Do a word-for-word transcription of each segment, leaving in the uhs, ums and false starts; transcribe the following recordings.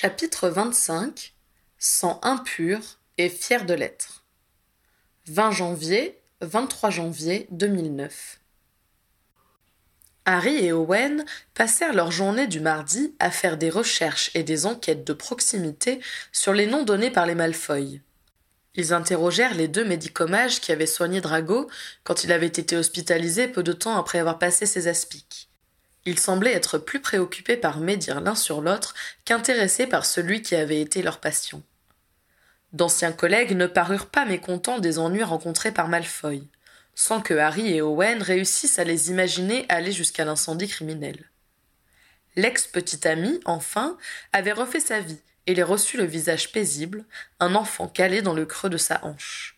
Chapitre vingt-cinq. Sang impur et fier de l'être. vingt janvier, vingt-trois janvier deux mille neuf. Harry et Owen passèrent leur journée du mardi à faire des recherches et des enquêtes de proximité sur les noms donnés par les Malfoy. Ils interrogèrent les deux médicomages qui avaient soigné Drago quand il avait été hospitalisé peu de temps après avoir passé ses aspics. Ils semblaient être plus préoccupés par médire l'un sur l'autre qu'intéressés par celui qui avait été leur patient. D'anciens collègues ne parurent pas mécontents des ennuis rencontrés par Malfoy, sans que Harry et Owen réussissent à les imaginer aller jusqu'à l'incendie criminel. L'ex-petit ami, enfin, avait refait sa vie et les reçut le visage paisible, un enfant calé dans le creux de sa hanche.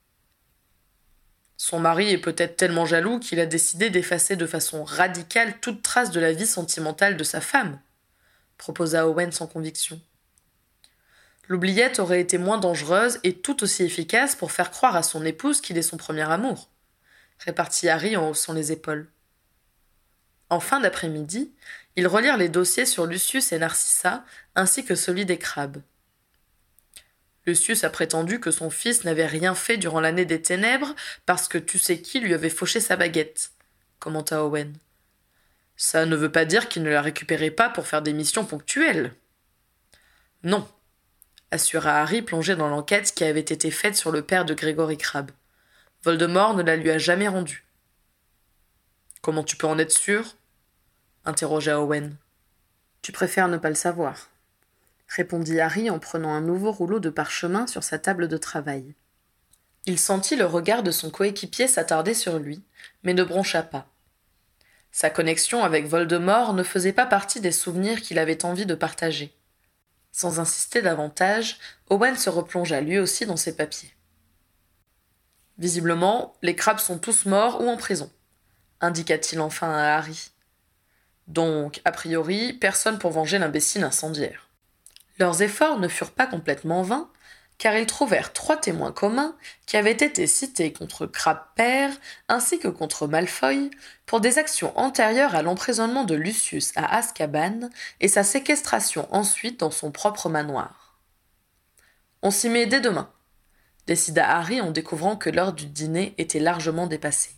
Son mari est peut-être tellement jaloux qu'il a décidé d'effacer de façon radicale toute trace de la vie sentimentale de sa femme, proposa Owen sans conviction. L'oubliette aurait été moins dangereuse et tout aussi efficace pour faire croire à son épouse qu'il est son premier amour, répartit Harry en haussant les épaules. En fin d'après-midi, ils relirent les dossiers sur Lucius et Narcissa, ainsi que celui des crabes. Lucius a prétendu que son fils n'avait rien fait durant l'année des ténèbres parce que tu sais qui lui avait fauché sa baguette, commenta Owen. Ça ne veut pas dire qu'il ne la récupérait pas pour faire des missions ponctuelles. Non, assura Harry plongé dans l'enquête qui avait été faite sur le père de Gregory Crabbe. Voldemort ne la lui a jamais rendue. Comment tu peux en être sûr ? Interrogea Owen. Tu préfères ne pas le savoir, répondit Harry en prenant un nouveau rouleau de parchemin sur sa table de travail. Il sentit le regard de son coéquipier s'attarder sur lui, mais ne broncha pas. Sa connexion avec Voldemort ne faisait pas partie des souvenirs qu'il avait envie de partager. Sans insister davantage, Owen se replongea lui aussi dans ses papiers. Visiblement, les crabes sont tous morts ou en prison, indiqua-t-il enfin à Harry. Donc, a priori, personne pour venger l'imbécile incendiaire. Leurs efforts ne furent pas complètement vains, car ils trouvèrent trois témoins communs qui avaient été cités contre Crabbe père ainsi que contre Malfoy pour des actions antérieures à l'emprisonnement de Lucius à Azkaban et sa séquestration ensuite dans son propre manoir. On s'y met dès demain, décida Harry en découvrant que l'heure du dîner était largement dépassée.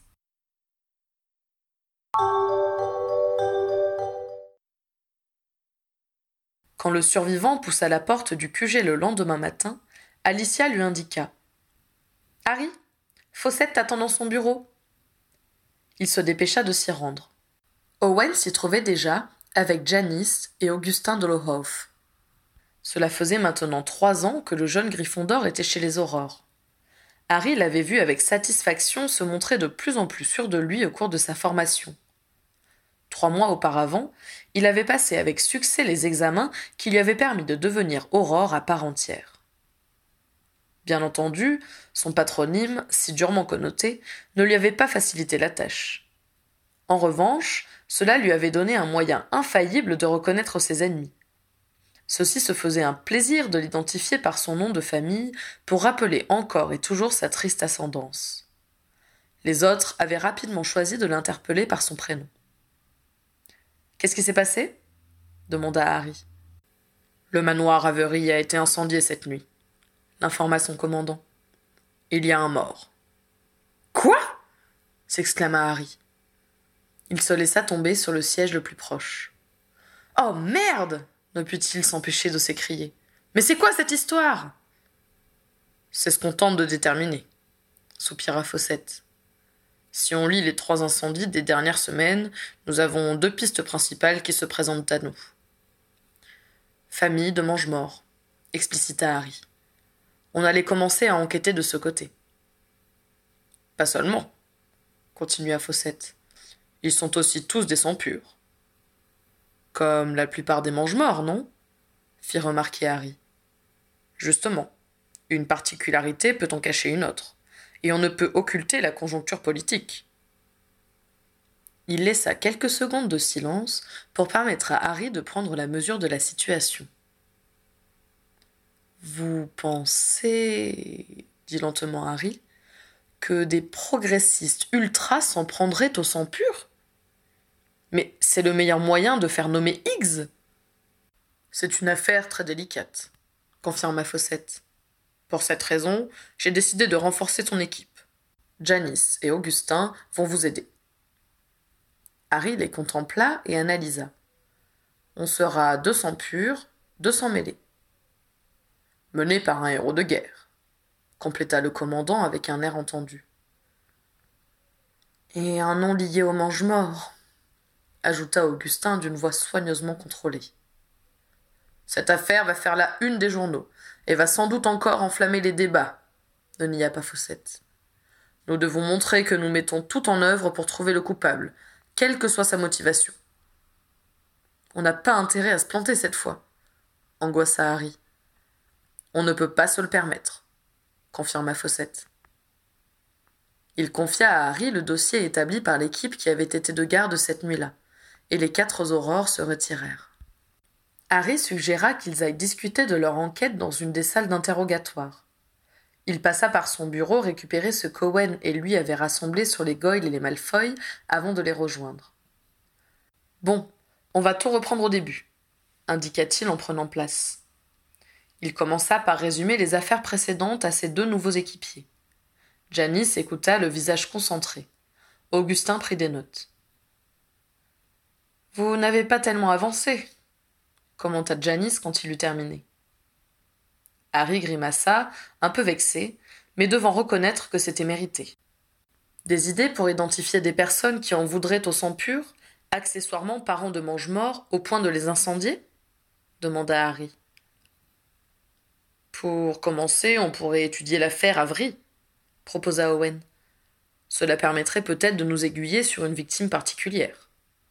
Quand le survivant poussa la porte du Q G le lendemain matin, Alicia lui indiqua « Harry, Fawcett t'attend dans son bureau. » Il se dépêcha de s'y rendre. Owen s'y trouvait déjà avec Janice et Augustin Dolohov. Cela faisait maintenant trois ans que le jeune Gryffondor était chez les Aurores. Harry l'avait vu avec satisfaction se montrer de plus en plus sûr de lui au cours de sa formation. Trois mois auparavant, il avait passé avec succès les examens qui lui avaient permis de devenir Aurore à part entière. Bien entendu, son patronyme, si durement connoté, ne lui avait pas facilité la tâche. En revanche, cela lui avait donné un moyen infaillible de reconnaître ses ennemis. Ceux-ci se faisaient un plaisir de l'identifier par son nom de famille pour rappeler encore et toujours sa triste ascendance. Les autres avaient rapidement choisi de l'interpeller par son prénom. « Qu'est-ce qui s'est passé ?» demanda Harry. « Le manoir Avery a été incendié cette nuit, » l'informa son commandant. « Il y a un mort. »« Quoi ?» s'exclama Harry. Il se laissa tomber sur le siège le plus proche. « Oh merde !» ne put-il s'empêcher de s'écrier. « Mais c'est quoi cette histoire ?» « C'est ce qu'on tente de déterminer, » soupira Fawcett. Si on lit les trois incendies des dernières semaines, nous avons deux pistes principales qui se présentent à nous. Famille de mange-morts, explicita Harry. On allait commencer à enquêter de ce côté. Pas seulement, continua Fawcett. Ils sont aussi tous des sangs purs. Comme la plupart des mange-morts, non ? Fit remarquer Harry. Justement, une particularité peut en cacher une autre. Et on ne peut occulter la conjoncture politique. Il laissa quelques secondes de silence pour permettre à Harry de prendre la mesure de la situation. « Vous pensez, dit lentement Harry, que des progressistes ultras s'en prendraient au sang pur ? Mais c'est le meilleur moyen de faire nommer Higgs !» C'est une affaire très délicate, confirma Fossette. Pour cette raison, j'ai décidé de renforcer ton équipe. Janice et Augustin vont vous aider. Harry les contempla et analysa. On sera deux cents purs, deux cents mêlés. Menés par un héros de guerre, compléta le commandant avec un air entendu. Et un nom lié au mange-mort, ajouta Augustin d'une voix soigneusement contrôlée. Cette affaire va faire la une des journaux et va sans doute encore enflammer les débats, ne nia pas Fossette. Nous devons montrer que nous mettons tout en œuvre pour trouver le coupable, quelle que soit sa motivation. On n'a pas intérêt à se planter cette fois, angoissa Harry. On ne peut pas se le permettre, confirma Fossette. Il confia à Harry le dossier établi par l'équipe qui avait été de garde cette nuit-là, et les quatre aurores se retirèrent. Harry suggéra qu'ils aillent discuter de leur enquête dans une des salles d'interrogatoire. Il passa par son bureau récupérer ce qu'Owen et lui avaient rassemblé sur les Goyle et les Malfoy avant de les rejoindre. « Bon, on va tout reprendre au début, » indiqua-t-il en prenant place. Il commença par résumer les affaires précédentes à ses deux nouveaux équipiers. Janice écouta le visage concentré. Augustin prit des notes. « Vous n'avez pas tellement avancé, » commenta Janice quand il eut terminé. Harry grimaça, un peu vexé, mais devant reconnaître que c'était mérité. Des idées pour identifier des personnes qui en voudraient au sang pur, accessoirement parents de mange-morts, au point de les incendier ? Demanda Harry. Pour commencer, on pourrait étudier l'affaire Avery, proposa Owen. Cela permettrait peut-être de nous aiguiller sur une victime particulière.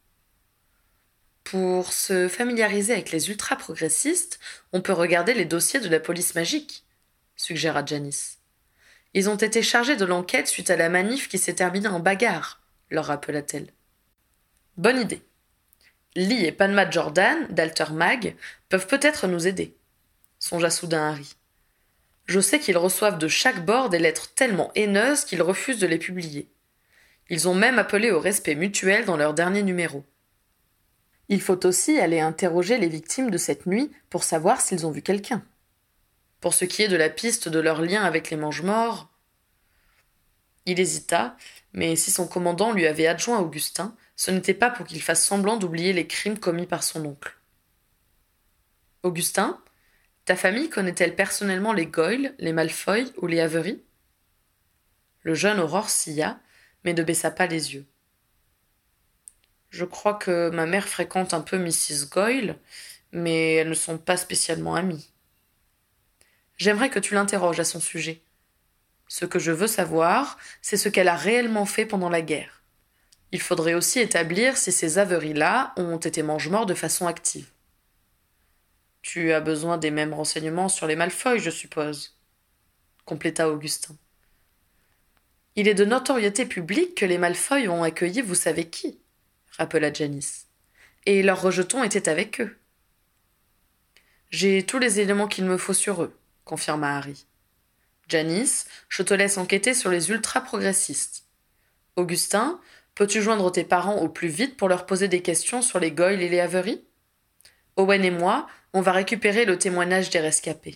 Pour se familiariser avec les ultra-progressistes, on peut regarder les dossiers de la police magique, suggéra Janice. Ils ont été chargés de l'enquête suite à la manif qui s'est terminée en bagarre, leur rappela-t-elle. Bonne idée. Lee et Padma Jordan, d'Alter Mag, peuvent peut-être nous aider, songea soudain Harry. Je sais qu'ils reçoivent de chaque bord des lettres tellement haineuses qu'ils refusent de les publier. Ils ont même appelé au respect mutuel dans leur dernier numéro. Il faut aussi aller interroger les victimes de cette nuit pour savoir s'ils ont vu quelqu'un. Pour ce qui est de la piste de leur lien avec les mange-morts... Il hésita, mais si son commandant lui avait adjoint Augustin, ce n'était pas pour qu'il fasse semblant d'oublier les crimes commis par son oncle. « Augustin, ta famille connaît-elle personnellement les Goyle, les Malfoy ou les Avery ?» Le jeune Aurore sia, mais ne baissa pas les yeux. « Je crois que ma mère fréquente un peu missus Goyle, mais elles ne sont pas spécialement amies. J'aimerais que tu l'interroges à son sujet. Ce que je veux savoir, c'est ce qu'elle a réellement fait pendant la guerre. Il faudrait aussi établir si ces Avery-là ont été mange-morts de façon active. Tu as besoin des mêmes renseignements sur les Malfoy, je suppose, compléta Augustin. Il est de notoriété publique que les Malfoy ont accueilli vous savez qui, rappela Janice, et leurs rejetons étaient avec eux. J'ai tous les éléments qu'il me faut sur eux, confirma Harry. Janice, je te laisse enquêter sur les ultra-progressistes. Augustin, peux-tu joindre tes parents au plus vite pour leur poser des questions sur les Goyle et les Avery ? Owen et moi, on va récupérer le témoignage des rescapés.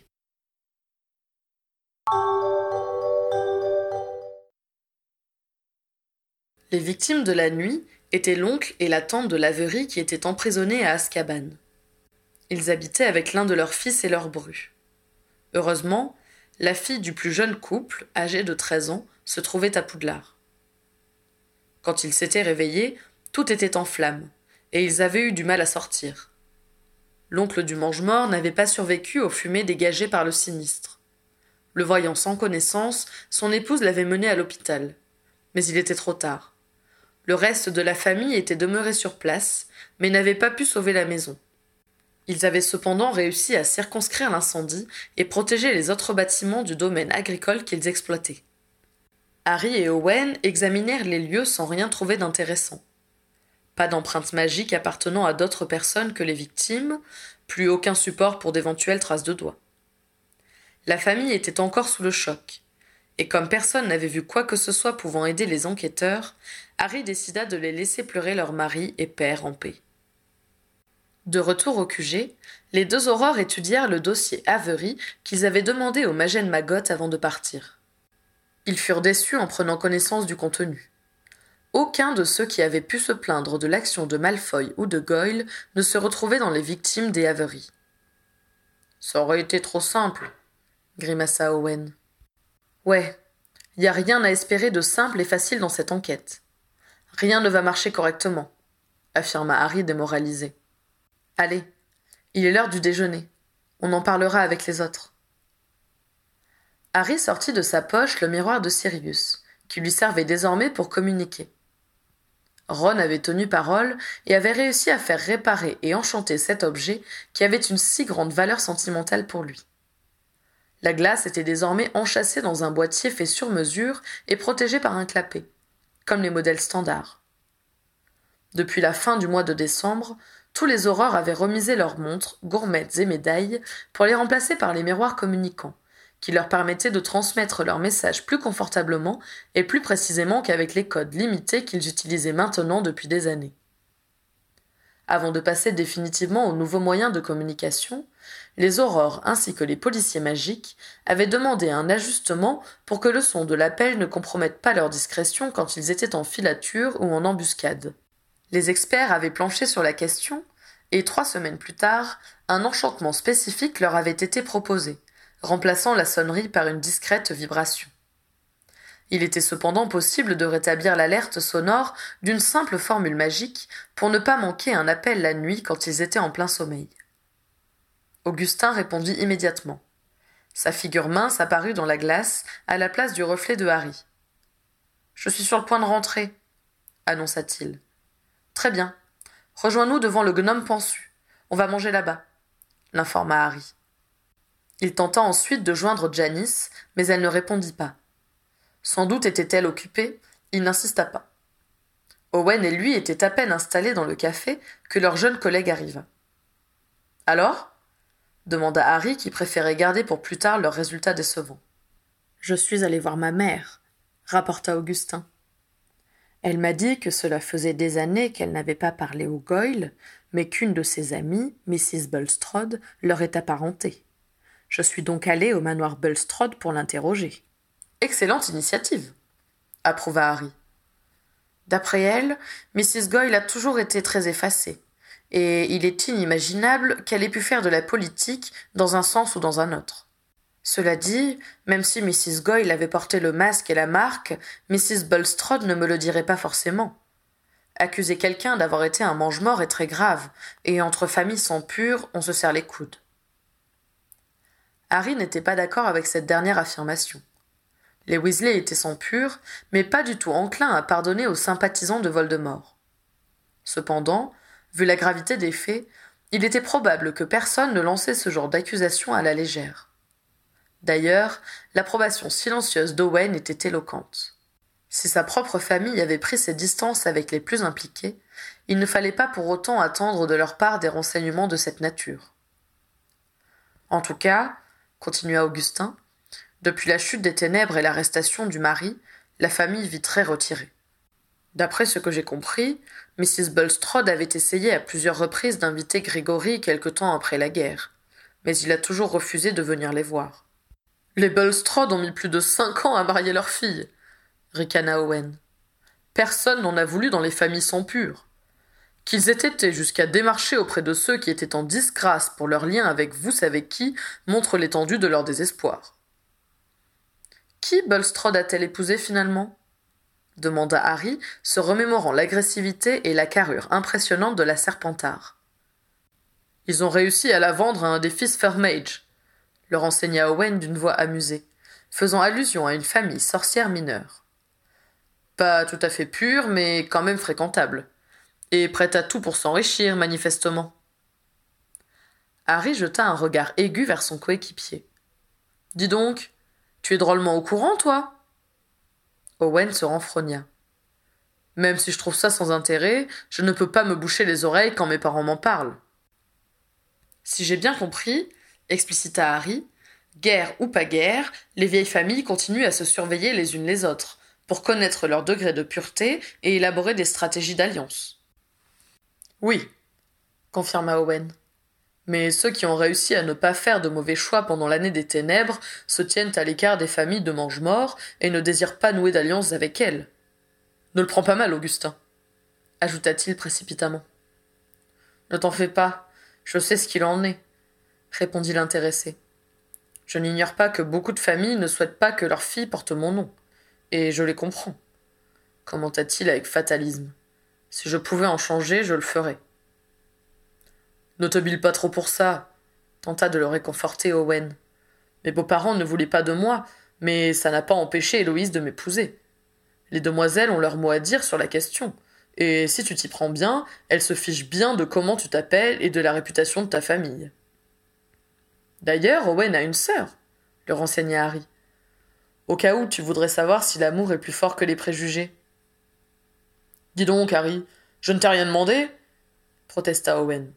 Les victimes de la nuit étaient l'oncle et la tante de l'Avery qui étaient emprisonnés à Azkaban. Ils habitaient avec l'un de leurs fils et leur bru. Heureusement, la fille du plus jeune couple, âgée de treize ans, se trouvait à Poudlard. Quand ils s'étaient réveillés, tout était en flammes, et ils avaient eu du mal à sortir. L'oncle du mange-mort n'avait pas survécu aux fumées dégagées par le sinistre. Le voyant sans connaissance, son épouse l'avait mené à l'hôpital. Mais il était trop tard. Le reste de la famille était demeuré sur place, mais n'avait pas pu sauver la maison. Ils avaient cependant réussi à circonscrire l'incendie et protéger les autres bâtiments du domaine agricole qu'ils exploitaient. Harry et Owen examinèrent les lieux sans rien trouver d'intéressant. Pas d'empreintes magiques appartenant à d'autres personnes que les victimes, plus aucun support pour d'éventuelles traces de doigts. La famille était encore sous le choc, et comme personne n'avait vu quoi que ce soit pouvant aider les enquêteurs, Harry décida de les laisser pleurer leur mari et père en paix. De retour au Q G, les deux aurores étudièrent le dossier Avery qu'ils avaient demandé au Magène Maggot avant de partir. Ils furent déçus en prenant connaissance du contenu. Aucun de ceux qui avaient pu se plaindre de l'action de Malfoy ou de Goyle ne se retrouvait dans les victimes des Avery. « Ça aurait été trop simple, » grimaça Owen. « Ouais, y a rien à espérer de simple et facile dans cette enquête. Rien ne va marcher correctement, » affirma Harry démoralisé. « Allez, il est l'heure du déjeuner. On en parlera avec les autres. » Harry sortit de sa poche le miroir de Sirius, qui lui servait désormais pour communiquer. Ron avait tenu parole et avait réussi à faire réparer et enchanter cet objet qui avait une si grande valeur sentimentale pour lui. La glace était désormais enchâssée dans un boîtier fait sur mesure et protégé par un clapet, comme les modèles standards. Depuis la fin du mois de décembre, tous les aurores avaient remisé leurs montres, gourmettes et médailles pour les remplacer par les miroirs communicants, qui leur permettaient de transmettre leurs messages plus confortablement et plus précisément qu'avec les codes limités qu'ils utilisaient maintenant depuis des années. Avant de passer définitivement aux nouveaux moyens de communication, les aurores ainsi que les policiers magiques avaient demandé un ajustement pour que le son de l'appel ne compromette pas leur discrétion quand ils étaient en filature ou en embuscade. Les experts avaient planché sur la question, et trois semaines plus tard, un enchantement spécifique leur avait été proposé, remplaçant la sonnerie par une discrète vibration. Il était cependant possible de rétablir l'alerte sonore d'une simple formule magique pour ne pas manquer un appel la nuit quand ils étaient en plein sommeil. Augustin répondit immédiatement. Sa figure mince apparut dans la glace à la place du reflet de Harry. « Je suis sur le point de rentrer, » annonça-t-il. « Très bien. Rejoins-nous devant le gnome pensu. On va manger là-bas, » l'informa Harry. Il tenta ensuite de joindre Janice, mais elle ne répondit pas. Sans doute était-elle occupée, il n'insista pas. Owen et lui étaient à peine installés dans le café que leur jeune collègue arriva. « Alors ?» demanda Harry qui préférait garder pour plus tard leurs résultats décevants. « Je suis allé voir ma mère, » rapporta Augustin. Elle m'a dit que cela faisait des années qu'elle n'avait pas parlé aux Goyle, mais qu'une de ses amies, missus Bulstrode, leur est apparentée. Je suis donc allé au manoir Bulstrode pour l'interroger. « Excellente initiative !» approuva Harry. D'après elle, missus Goyle a toujours été très effacée, et il est inimaginable qu'elle ait pu faire de la politique dans un sens ou dans un autre. Cela dit, même si missus Goyle avait porté le masque et la marque, missus Bulstrode ne me le dirait pas forcément. Accuser quelqu'un d'avoir été un mange-mort est très grave, et entre familles sans pure, on se serre les coudes. Harry n'était pas d'accord avec cette dernière affirmation. Les Weasley étaient sans pure, mais pas du tout enclins à pardonner aux sympathisants de Voldemort. Cependant, vu la gravité des faits, il était probable que personne ne lançait ce genre d'accusation à la légère. D'ailleurs, l'approbation silencieuse d'Owen était éloquente. Si sa propre famille avait pris ses distances avec les plus impliqués, il ne fallait pas pour autant attendre de leur part des renseignements de cette nature. En tout cas, continua Augustin, depuis la chute des ténèbres et l'arrestation du mari, la famille vit très retirée. D'après ce que j'ai compris, missus Bulstrode avait essayé à plusieurs reprises d'inviter Grégory quelque temps après la guerre, mais il a toujours refusé de venir les voir. « Les Bulstrode ont mis plus de cinq ans à marier leur fille !» ricana Owen. « Personne n'en a voulu dans les familles sans pure. Qu'ils aient été jusqu'à démarcher auprès de ceux qui étaient en disgrâce pour leur lien avec vous savez qui montre l'étendue de leur désespoir. » « Qui Bulstrode a-t-elle épousé finalement ?» demanda Harry, se remémorant l'agressivité et la carrure impressionnante de la Serpentard. « Ils ont réussi à la vendre à un des fils Firmage, » leur enseigna Owen d'une voix amusée, faisant allusion à une famille sorcière mineure. « Pas tout à fait pure, mais quand même fréquentable, et prête à tout pour s'enrichir, manifestement. » Harry jeta un regard aigu vers son coéquipier. « Dis donc, tu es drôlement au courant, toi ?» Owen se renfrogna. « Même si je trouve ça sans intérêt, je ne peux pas me boucher les oreilles quand mes parents m'en parlent. »« Si j'ai bien compris, » explicita Harry, « guerre ou pas guerre, les vieilles familles continuent à se surveiller les unes les autres, pour connaître leur degré de pureté et élaborer des stratégies d'alliance. »« Oui, confirma Owen. Mais ceux qui ont réussi à ne pas faire de mauvais choix pendant l'année des ténèbres se tiennent à l'écart des familles de mange-morts et ne désirent pas nouer d'alliance avec elles. Ne le prends pas mal, Augustin, ajouta-t-il précipitamment. Ne t'en fais pas, je sais ce qu'il en est, répondit l'intéressé. Je n'ignore pas que beaucoup de familles ne souhaitent pas que leur fille porte mon nom, et je les comprends, commenta-t-il avec fatalisme. Si je pouvais en changer, je le ferais. Ne te bile pas trop pour ça, tenta de le réconforter Owen. Mes beaux-parents ne voulaient pas de moi, mais ça n'a pas empêché Héloïse de m'épouser. Les demoiselles ont leur mot à dire sur la question, et si tu t'y prends bien, elles se fichent bien de comment tu t'appelles et de la réputation de ta famille. D'ailleurs, Owen a une sœur, le renseigna Harry. Au cas où tu voudrais savoir si l'amour est plus fort que les préjugés. Dis donc, Harry, je ne t'ai rien demandé, protesta Owen.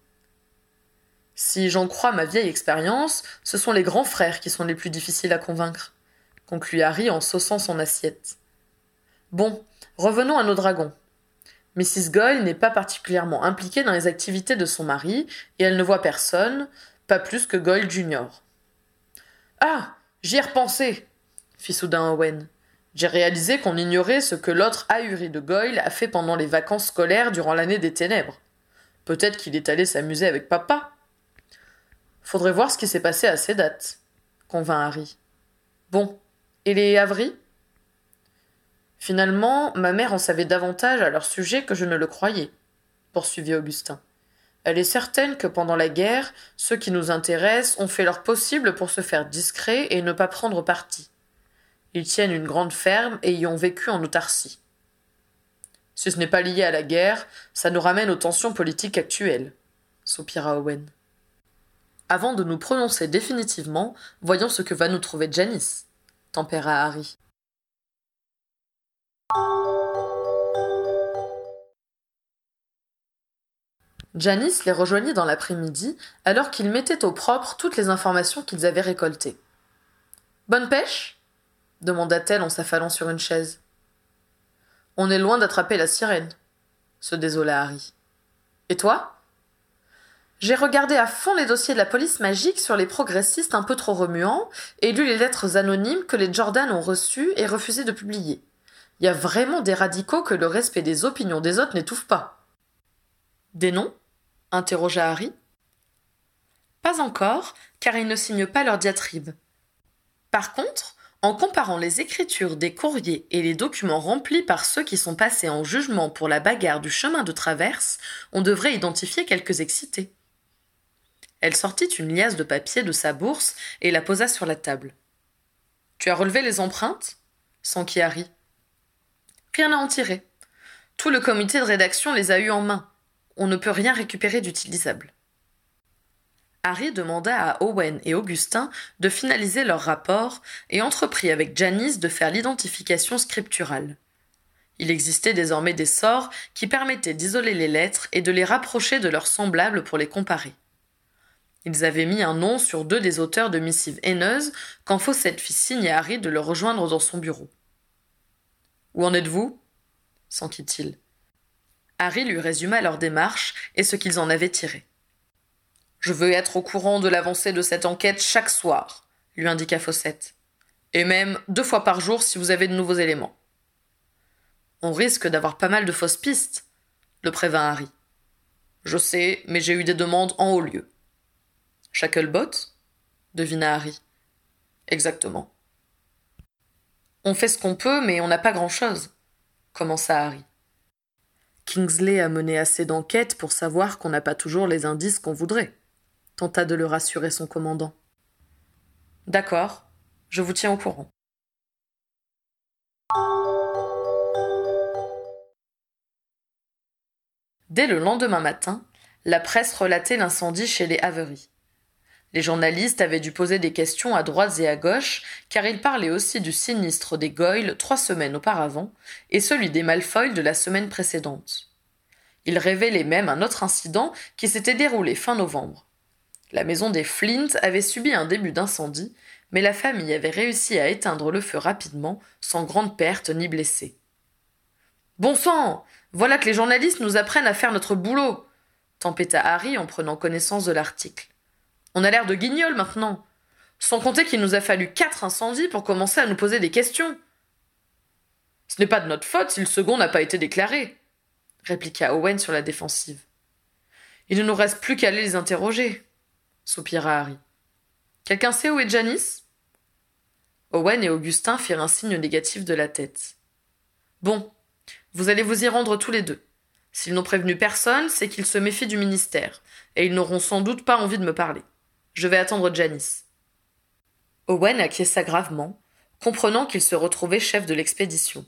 Si j'en crois ma vieille expérience, ce sont les grands frères qui sont les plus difficiles à convaincre, conclut Harry en saussant son assiette. Bon, revenons à nos dragons. missus Goyle n'est pas particulièrement impliquée dans les activités de son mari, et elle ne voit personne, pas plus que Goyle junior Ah, j'y ai repensé, fit soudain Owen. J'ai réalisé qu'on ignorait ce que l'autre ahuri de Goyle a fait pendant les vacances scolaires durant l'année des ténèbres. Peut-être qu'il est allé s'amuser avec papa. Faudrait voir ce qui s'est passé à ces dates, convint Harry. Bon, et les Avery ? Finalement, ma mère en savait davantage à leur sujet que je ne le croyais, poursuivit Augustin. Elle est certaine que pendant la guerre, ceux qui nous intéressent ont fait leur possible pour se faire discrets et ne pas prendre parti. Ils tiennent une grande ferme et y ont vécu en autarcie. Si ce n'est pas lié à la guerre, ça nous ramène aux tensions politiques actuelles, soupira Owen. Avant de nous prononcer définitivement, voyons ce que va nous trouver Janice, tempéra Harry. Janice les rejoignit dans l'après-midi, alors qu'ils mettaient au propre toutes les informations qu'ils avaient récoltées. « Bonne pêche ?» demanda-t-elle en s'affalant sur une chaise. « On est loin d'attraper la sirène, » se désola Harry. « Et toi ?» J'ai regardé à fond les dossiers de la police magique sur les progressistes un peu trop remuants et lu les lettres anonymes que les Jordan ont reçues et refusé de publier. Il y a vraiment des radicaux que le respect des opinions des autres n'étouffe pas. « Des noms ?» interrogea Harry. « Pas encore, car ils ne signent pas leur diatribe. Par contre, en comparant les écritures des courriers et les documents remplis par ceux qui sont passés en jugement pour la bagarre du chemin de traverse, on devrait identifier quelques excités. » Elle sortit une liasse de papier de sa bourse et la posa sur la table. « Tu as relevé les empreintes ?» s'enquit Harry. « Rien à en tirer. Tout le comité de rédaction les a eues en main. On ne peut rien récupérer d'utilisable. » Harry demanda à Owen et Augustin de finaliser leur rapport et entreprit avec Janice de faire l'identification scripturale. Il existait désormais des sorts qui permettaient d'isoler les lettres et de les rapprocher de leurs semblables pour les comparer. Ils avaient mis un nom sur deux des auteurs de missives haineuses quand Fawcett fit signe à Harry de le rejoindre dans son bureau. « Où en êtes-vous » s'enquit-il. Harry lui résuma leur démarche et ce qu'ils en avaient tiré. « Je veux être au courant de l'avancée de cette enquête chaque soir, » lui indiqua Fawcett. « Et même deux fois par jour si vous avez de nouveaux éléments. »« On risque d'avoir pas mal de fausses pistes, » le prévint Harry. « Je sais, mais j'ai eu des demandes en haut lieu. »« Shacklebot » devina Harry. « Exactement. »« On fait ce qu'on peut, mais on n'a pas grand-chose, » commença Harry. « Kingsley a mené assez d'enquêtes pour savoir qu'on n'a pas toujours les indices qu'on voudrait, » tenta de le rassurer son commandant. « D'accord, je vous tiens au courant. » Dès le lendemain matin, la presse relatait l'incendie chez les Avery. Les journalistes avaient dû poser des questions à droite et à gauche, car ils parlaient aussi du sinistre des Goyle trois semaines auparavant et celui des Malfoy de la semaine précédente. Ils révélaient même un autre incident qui s'était déroulé fin novembre. La maison des Flint avait subi un début d'incendie, mais la famille avait réussi à éteindre le feu rapidement, sans grande perte ni blessés. « Bon sang, voilà que les journalistes nous apprennent à faire notre boulot !» tempêta Harry en prenant connaissance de l'article. On a l'air de guignols maintenant, sans compter qu'il nous a fallu quatre incendies pour commencer à nous poser des questions. Ce n'est pas de notre faute si le second n'a pas été déclaré, répliqua Owen sur la défensive. Il ne nous reste plus qu'à aller les interroger, soupira Harry. Quelqu'un sait où est Janice ? Owen et Augustin firent un signe négatif de la tête. Bon, vous allez vous y rendre tous les deux. S'ils n'ont prévenu personne, c'est qu'ils se méfient du ministère, et ils n'auront sans doute pas envie de me parler. Je vais attendre Janice. Owen acquiesça gravement, comprenant qu'il se retrouvait chef de l'expédition.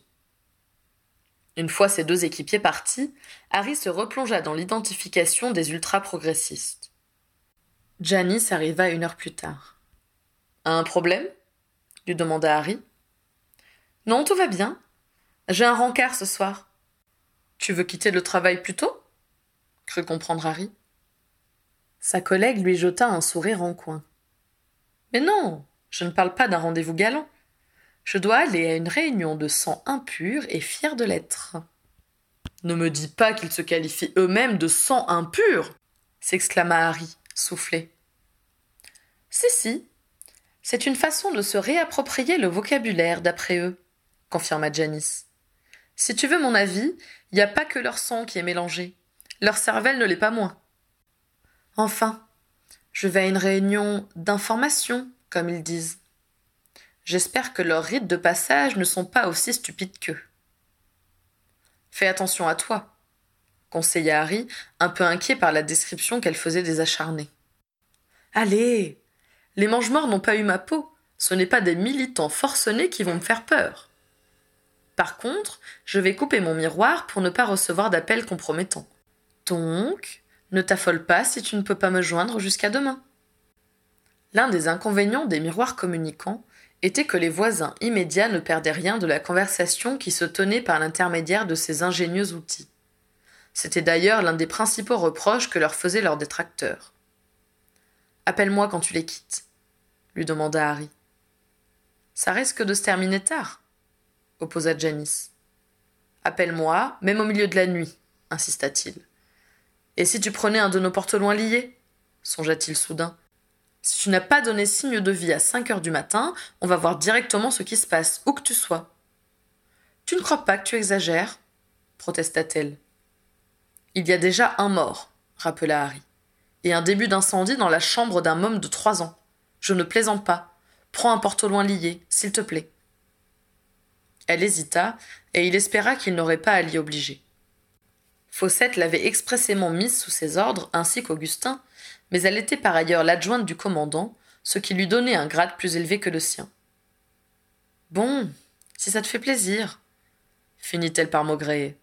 Une fois ses deux équipiers partis, Harry se replongea dans l'identification des ultra-progressistes. Janice arriva une heure plus tard. « Un problème ?» lui demanda Harry. « Non, tout va bien. J'ai un rencard ce soir. »« Tu veux quitter le travail plus tôt ?» crut comprendre Harry. Sa collègue lui jeta un sourire en coin. « Mais non, je ne parle pas d'un rendez-vous galant. Je dois aller à une réunion de sang impur et fier de l'être. »« Ne me dis pas qu'ils se qualifient eux-mêmes de sang impur !» s'exclama Harry, soufflé. « Si, si, c'est une façon de se réapproprier le vocabulaire d'après eux, » confirma Janice. « Si tu veux mon avis, il n'y a pas que leur sang qui est mélangé. Leur cervelle ne l'est pas moins. Enfin, je vais à une réunion d'information, comme ils disent. J'espère que leurs rites de passage ne sont pas aussi stupides qu'eux. »« Fais attention à toi, » conseilla Harry, un peu inquiet par la description qu'elle faisait des acharnés. « Allez, les mange-morts n'ont pas eu ma peau, ce n'est pas des militants forcenés qui vont me faire peur. Par contre, je vais couper mon miroir pour ne pas recevoir d'appels compromettants. Donc, ne t'affole pas si tu ne peux pas me joindre jusqu'à demain. » L'un des inconvénients des miroirs communicants était que les voisins immédiats ne perdaient rien de la conversation qui se tenait par l'intermédiaire de ces ingénieux outils. C'était d'ailleurs l'un des principaux reproches que leur faisaient leurs détracteurs. « Appelle-moi quand tu les quittes, » lui demanda Harry. « Ça risque de se terminer tard, » opposa Janice. « Appelle-moi, même au milieu de la nuit, » insista-t-il. « Et si tu prenais un de nos porte-loin liés ?» songea-t-il soudain. « Si tu n'as pas donné signe de vie à cinq heures du matin, on va voir directement ce qui se passe, où que tu sois. »« Tu ne crois pas que tu exagères ?» protesta-t-elle. « Il y a déjà un mort, » rappela Harry, « et un début d'incendie dans la chambre d'un môme de trois ans. Je ne plaisante pas. Prends un porte-loin lié, s'il te plaît. » Elle hésita, et il espéra qu'il n'aurait pas à l'y obliger. Fawcett l'avait expressément mise sous ses ordres, ainsi qu'Augustin, mais elle était par ailleurs l'adjointe du commandant, ce qui lui donnait un grade plus élevé que le sien. « Bon, si ça te fait plaisir, » finit-elle par maugréer.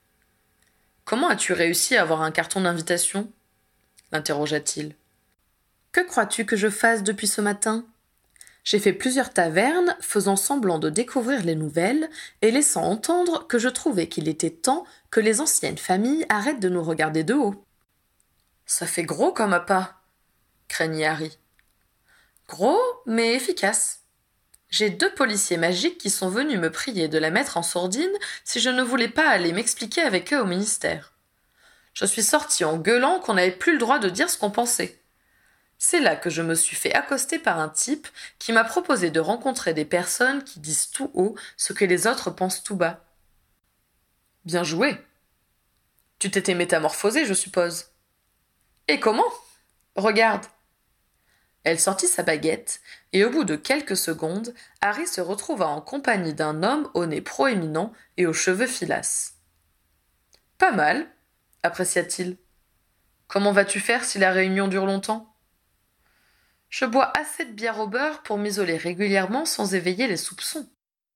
« Comment as-tu réussi à avoir un carton d'invitation ?» l'interrogea-t-il. « Que crois-tu que je fasse depuis ce matin ? J'ai fait plusieurs tavernes, faisant semblant de découvrir les nouvelles et laissant entendre que je trouvais qu'il était temps que les anciennes familles arrêtent de nous regarder de haut. » « Ça fait gros comme appât, » craignit Harry. « Gros, mais efficace. J'ai deux policiers magiques qui sont venus me prier de la mettre en sourdine si je ne voulais pas aller m'expliquer avec eux au ministère. Je suis sorti en gueulant qu'on n'avait plus le droit de dire ce qu'on pensait. C'est là que je me suis fait accoster par un type qui m'a proposé de rencontrer des personnes qui disent tout haut ce que les autres pensent tout bas. »« Bien joué. Tu t'étais métamorphosée, je suppose. »« Et comment ? Regarde. » Elle sortit sa baguette, et au bout de quelques secondes, Harry se retrouva en compagnie d'un homme au nez proéminent et aux cheveux filasses. « Pas mal, » apprécia-t-il. « Comment vas-tu faire si la réunion dure longtemps ? » « Je bois assez de bière au beurre pour m'isoler régulièrement sans éveiller les soupçons. »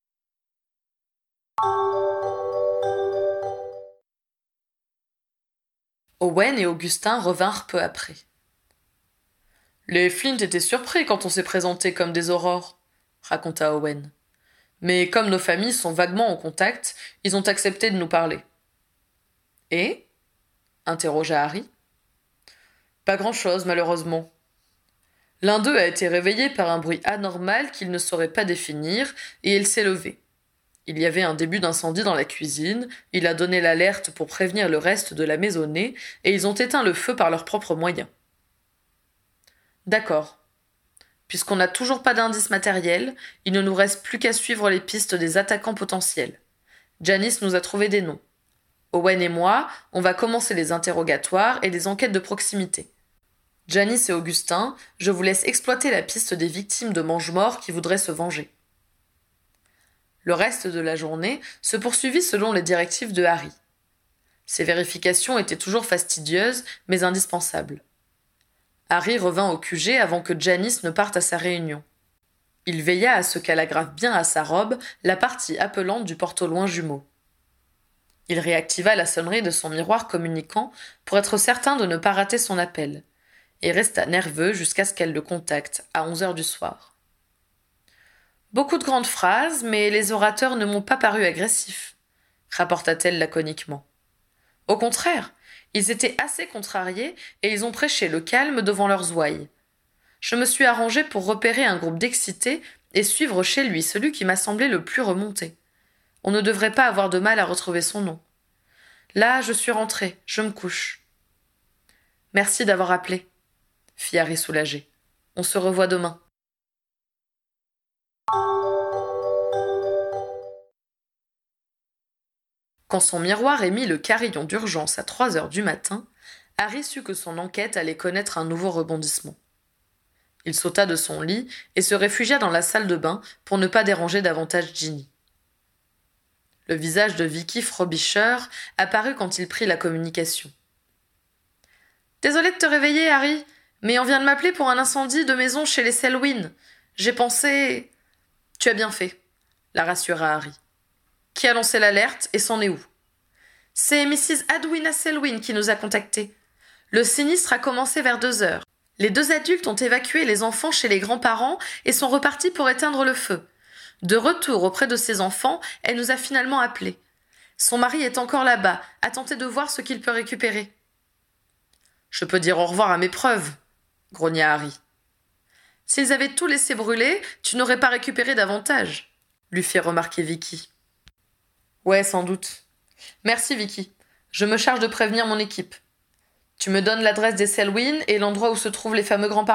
Owen et Augustin revinrent peu après. « Les Flint étaient surpris quand on s'est présenté comme des aurores, » raconta Owen. « Mais comme nos familles sont vaguement en contact, ils ont accepté de nous parler. »« Et ?» interrogea Harry. « Pas grand-chose, malheureusement. L'un d'eux a été réveillé par un bruit anormal qu'il ne saurait pas définir, et il s'est levé. Il y avait un début d'incendie dans la cuisine, il a donné l'alerte pour prévenir le reste de la maisonnée, et ils ont éteint le feu par leurs propres moyens. D'accord. Puisqu'on n'a toujours pas d'indices matériels, il ne nous reste plus qu'à suivre les pistes des attaquants potentiels. Janice nous a trouvé des noms. Owen et moi, on va commencer les interrogatoires et les enquêtes de proximité. Janice et Augustin, je vous laisse exploiter la piste des victimes de mange-morts qui voudraient se venger. Le reste de la journée se poursuivit selon les directives de Harry. Ces vérifications étaient toujours fastidieuses, mais indispensables. Harry revint au Q G avant que Janice ne parte à sa réunion. Il veilla à ce qu'elle agrafe bien à sa robe la partie appelante du porte-au-loin jumeau. Il réactiva la sonnerie de son miroir communicant pour être certain de ne pas rater son appel, et resta nerveux jusqu'à ce qu'elle le contacte à onze heures du soir. Beaucoup de grandes phrases, mais les orateurs ne m'ont pas paru agressifs, rapporta-t-elle laconiquement. Au contraire, ils étaient assez contrariés et ils ont prêché le calme devant leurs ouailles. Je me suis arrangée pour repérer un groupe d'excités et suivre chez lui celui qui m'a semblé le plus remonté. On ne devrait pas avoir de mal à retrouver son nom. Là, je suis rentrée, je me couche. Merci d'avoir appelé, fit Harry soulagé. On se revoit demain. Quand son miroir émit le carillon d'urgence à trois heures du matin, Harry sut que son enquête allait connaître un nouveau rebondissement. Il sauta de son lit et se réfugia dans la salle de bain pour ne pas déranger davantage Ginny. Le visage de Vicky Frobisher apparut quand il prit la communication. « Désolé de te réveiller, Harry, mais on vient de m'appeler pour un incendie de maison chez les Selwyn. J'ai pensé... »« Tu as bien fait, » la rassura Harry. « Qui a lancé l'alerte et c'en est où ?»« C'est Missus Edwina Selwyn qui nous a contactés. Le sinistre a commencé vers deux heures. Les deux adultes ont évacué les enfants chez les grands-parents et sont repartis pour éteindre le feu. De retour auprès de ses enfants, elle nous a finalement appelés. Son mari est encore là-bas, à tenter de voir ce qu'il peut récupérer. »« Je peux dire au revoir à mes preuves, » grogna Harry. « S'ils avaient tout laissé brûler, tu n'aurais pas récupéré davantage, » lui fit remarquer Vicky. « Ouais, sans doute. Merci, Vicky. Je me charge de prévenir mon équipe. Tu me donnes l'adresse des Selwyn et l'endroit où se trouvent les fameux grands-parents ?»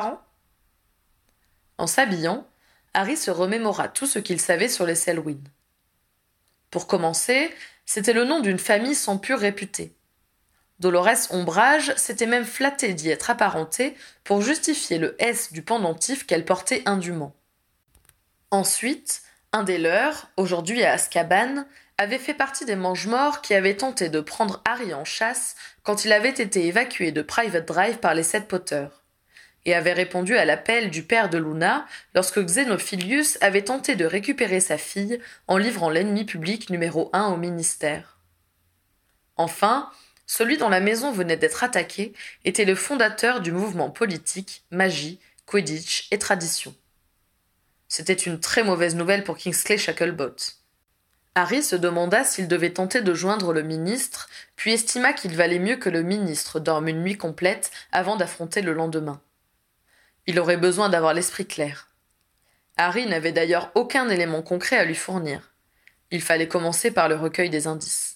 En s'habillant, Harry se remémora tout ce qu'il savait sur les Selwyn. Pour commencer, c'était le nom d'une famille sans pure réputée. Dolores Ombrage s'était même flattée d'y être apparentée pour justifier le S du pendentif qu'elle portait indûment. Ensuite, un des leurs, aujourd'hui à Azkaban, avait fait partie des mange-morts qui avaient tenté de prendre Harry en chasse quand il avait été évacué de Private Drive par les Sept Potter, et avait répondu à l'appel du père de Luna lorsque Xenophilius avait tenté de récupérer sa fille en livrant l'ennemi public numéro un au ministère. Enfin, celui dont la maison venait d'être attaquée était le fondateur du mouvement politique Magie, Quidditch et Tradition. C'était une très mauvaise nouvelle pour Kingsley Shacklebolt. Harry se demanda s'il devait tenter de joindre le ministre, puis estima qu'il valait mieux que le ministre dorme une nuit complète avant d'affronter le lendemain. Il aurait besoin d'avoir l'esprit clair. Harry n'avait d'ailleurs aucun élément concret à lui fournir. Il fallait commencer par le recueil des indices.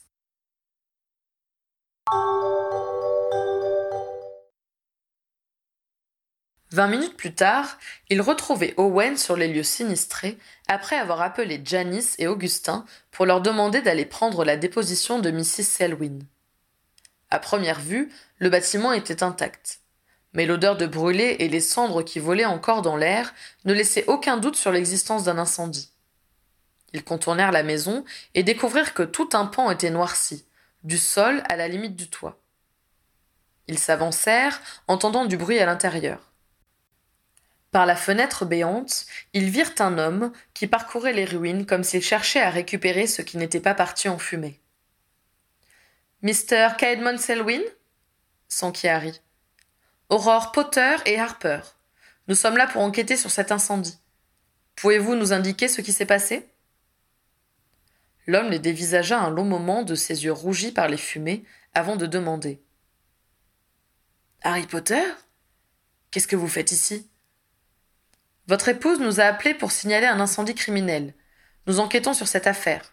Vingt minutes plus tard, il retrouvait Owen sur les lieux sinistrés après avoir appelé Janice et Augustin pour leur demander d'aller prendre la déposition de Missus Selwyn. À première vue, le bâtiment était intact. Mais l'odeur de brûlé et les cendres qui volaient encore dans l'air ne laissaient aucun doute sur l'existence d'un incendie. Ils contournèrent la maison et découvrirent que tout un pan était noirci, du sol à la limite du toit. Ils s'avancèrent, entendant du bruit à l'intérieur. Par la fenêtre béante, ils virent un homme qui parcourait les ruines comme s'il cherchait à récupérer ce qui n'était pas parti en fumée. « Mister Caedmon Selwyn » s'enquit Harry. « Aurore Potter et Harper. Nous sommes là pour enquêter sur cet incendie. Pouvez-vous nous indiquer ce qui s'est passé ?» L'homme les dévisagea un long moment de ses yeux rougis par les fumées avant de demander. « Harry Potter ? Qu'est-ce que vous faites ici ? » « Votre épouse nous a appelés pour signaler un incendie criminel. Nous enquêtons sur cette affaire, »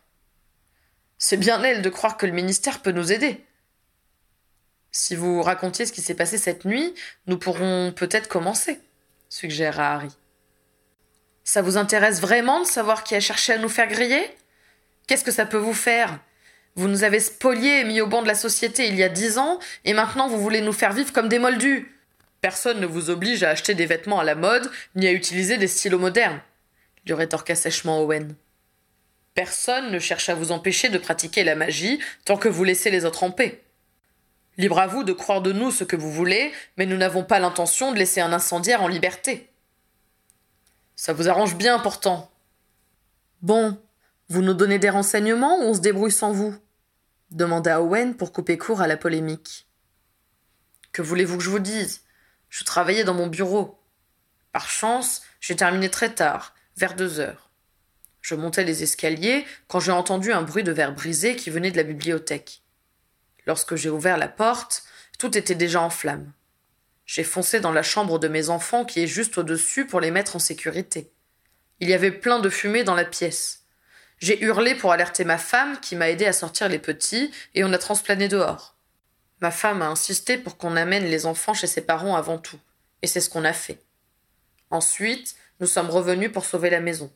C'est bien elle de croire que le ministère peut nous aider. Si vous racontiez ce qui s'est passé cette nuit, nous pourrons peut-être commencer, suggéra Harry. Ça vous intéresse vraiment de savoir qui a cherché à nous faire griller? Qu'est-ce que ça peut vous faire? Vous nous avez spoliés et mis au banc de la société il y a dix ans, et maintenant vous voulez nous faire vivre comme des moldus. Personne ne vous oblige à acheter des vêtements à la mode, ni à utiliser des stylos modernes, lui rétorqua sèchement Owen. Personne ne cherche à vous empêcher de pratiquer la magie tant que vous laissez les autres en paix. Libre à vous de croire de nous ce que vous voulez, mais nous n'avons pas l'intention de laisser un incendiaire en liberté. Ça vous arrange bien pourtant. Bon, vous nous donnez des renseignements ou on se débrouille sans vous? Demanda Owen pour couper court à la polémique. Que voulez-vous que je vous dise? Je travaillais dans mon bureau. Par chance, j'ai terminé très tard, vers deux heures. Je montais les escaliers quand j'ai entendu un bruit de verre brisé qui venait de la bibliothèque. Lorsque j'ai ouvert la porte, tout était déjà en flammes. J'ai foncé dans la chambre de mes enfants qui est juste au-dessus pour les mettre en sécurité. Il y avait plein de fumée dans la pièce. J'ai hurlé pour alerter ma femme qui m'a aidé à sortir les petits et on a transplané dehors. Ma femme a insisté pour qu'on amène les enfants chez ses parents avant tout, et c'est ce qu'on a fait. Ensuite, nous sommes revenus pour sauver la maison.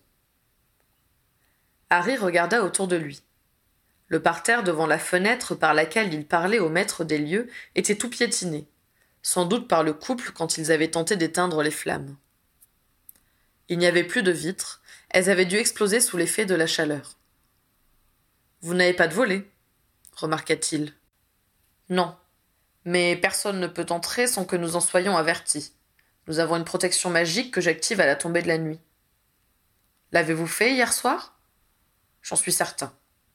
Harry regarda autour de lui. Le parterre devant la fenêtre par laquelle il parlait au maître des lieux était tout piétiné, sans doute par le couple quand ils avaient tenté d'éteindre les flammes. Il n'y avait plus de vitres, elles avaient dû exploser sous l'effet de la chaleur. « Vous n'avez pas de volet » remarqua-t-il. « Non, mais personne ne peut entrer sans que nous en soyons avertis. Nous avons une protection magique que j'active à la tombée de la nuit. L'avez-vous fait hier soir ? J'en suis certain. »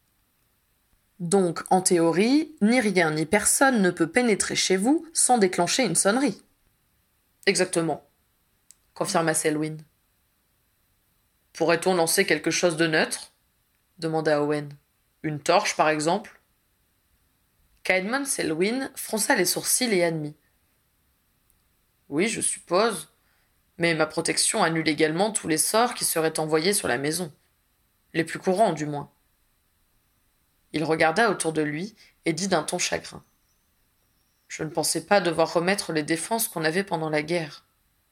Donc, en théorie, ni rien ni personne ne peut pénétrer chez vous sans déclencher une sonnerie. Exactement, confirma Selwyn. Pourrait-on lancer quelque chose de neutre? Demanda Owen. Une torche, par exemple? Caedmon Selwyn fronça les sourcils et admit. Oui, je suppose, mais ma protection annule également tous les sorts qui seraient envoyés sur la maison. Les plus courants, du moins. Il regarda autour de lui et dit d'un ton chagrin. Je ne pensais pas devoir remettre les défenses qu'on avait pendant la guerre.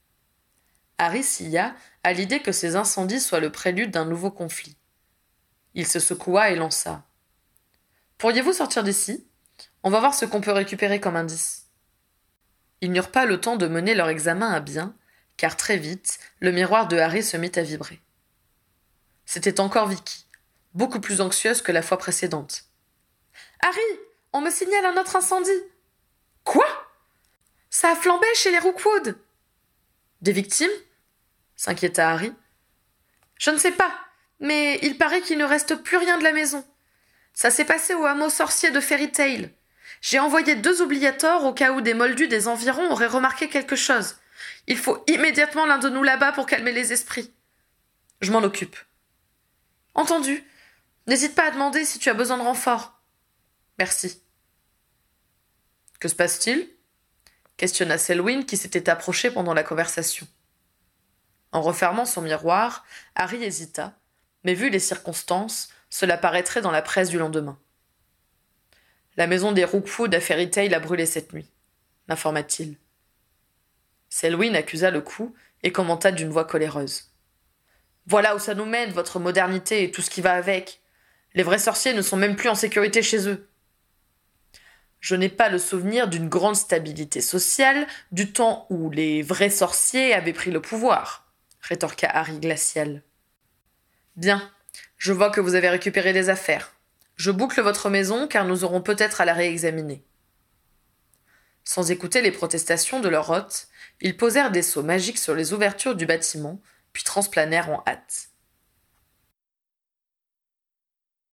Harry sia à l'idée que ces incendies soient le prélude d'un nouveau conflit. Il se secoua et lança. Pourriez-vous sortir d'ici? On va voir ce qu'on peut récupérer comme indice. Ils n'eurent pas le temps de mener leur examen à bien, car très vite, le miroir de Harry se mit à vibrer. C'était encore Vicky, beaucoup plus anxieuse que la fois précédente. « Harry, on me signale un autre incendie !»« Quoi ?»« Ça a flambé chez les Rookwood !»« Des victimes ?» s'inquiéta Harry. « Je ne sais pas, mais il paraît qu'il ne reste plus rien de la maison. Ça s'est passé au hameau sorcier de Fairy Tail. J'ai envoyé deux oubliators au cas où des moldus des environs auraient remarqué quelque chose. Il faut immédiatement l'un de nous là-bas pour calmer les esprits. Je m'en occupe. » « Entendu. N'hésite pas à demander si tu as besoin de renfort. »« Merci. »« Que se passe-t-il » questionna Selwyn qui s'était approché pendant la conversation. En refermant son miroir, Harry hésita, mais vu les circonstances, cela paraîtrait dans la presse du lendemain. La maison des Rookwood à Fairy Tail a brûlé cette nuit, l'informa-t-il. Selwyn accusa le coup et commenta d'une voix coléreuse. Voilà où ça nous mène, votre modernité et tout ce qui va avec. Les vrais sorciers ne sont même plus en sécurité chez eux. Je n'ai pas le souvenir d'une grande stabilité sociale du temps où les vrais sorciers avaient pris le pouvoir, rétorqua Harry glacial. Bien, je vois que vous avez récupéré des affaires. Je boucle votre maison car nous aurons peut-être à la réexaminer. Sans écouter les protestations de leur hôte, ils posèrent des sceaux magiques sur les ouvertures du bâtiment, puis transplanèrent en hâte.